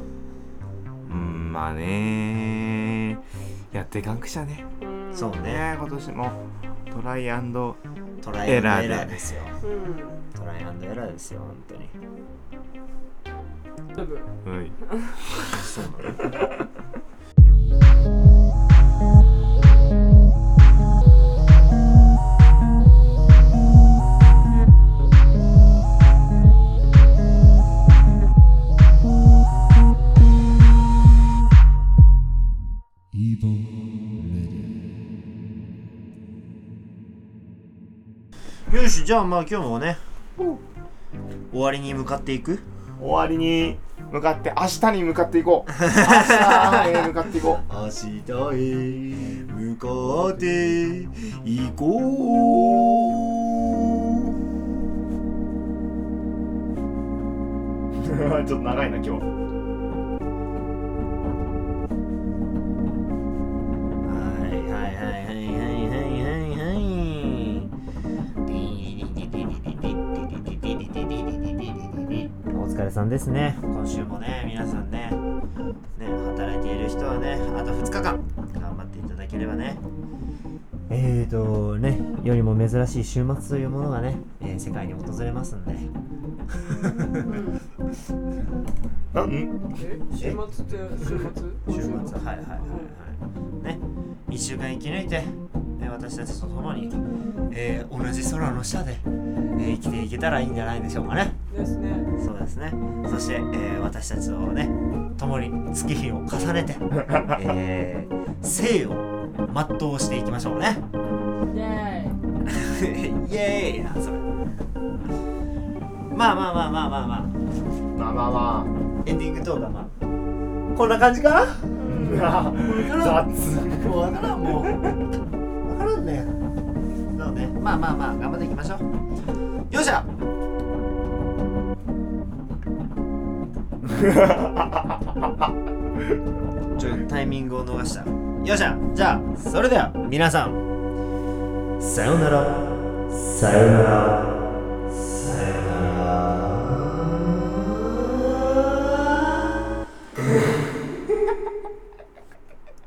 まあね、やっていかんくちゃね。 そうね、 今年もトライアンドエラーですよ。トライアンドエラーですよ、本当に。 はい。 そうなの。よし、じゃあまあ今日もね、終わりに向かっていく。 終わりに向かって、明日に向かっていこう。明日へ向かっていこう。 明日へ向かっていこう。ちょっと長いな今日。 お疲れさんですね。 今週もね、皆さんね、働いている人はね、あと2日間頑張っていただければね。 世にも珍しい週末というものがね、世界に訪れますんで。 週末って週末ね、1週間生き抜いて、私たちと共に、同じ空の下で、生きていけたらいいんじゃないでしょうかね。 ですね。 そうですね。そして、私たちとね、共に月日を重ねて、生を全うしていきましょうね。 イエーイ。 イエーイな、それ。まあ、エンディングトークはまあこんな感じかな。 雑。 もうわからん、もうわからんね。そうね、まあ頑張っていきましょう。よっしゃ。タイミングを逃した。よっしゃ。じゃあそれでは皆さん、さようなら。 さようなら。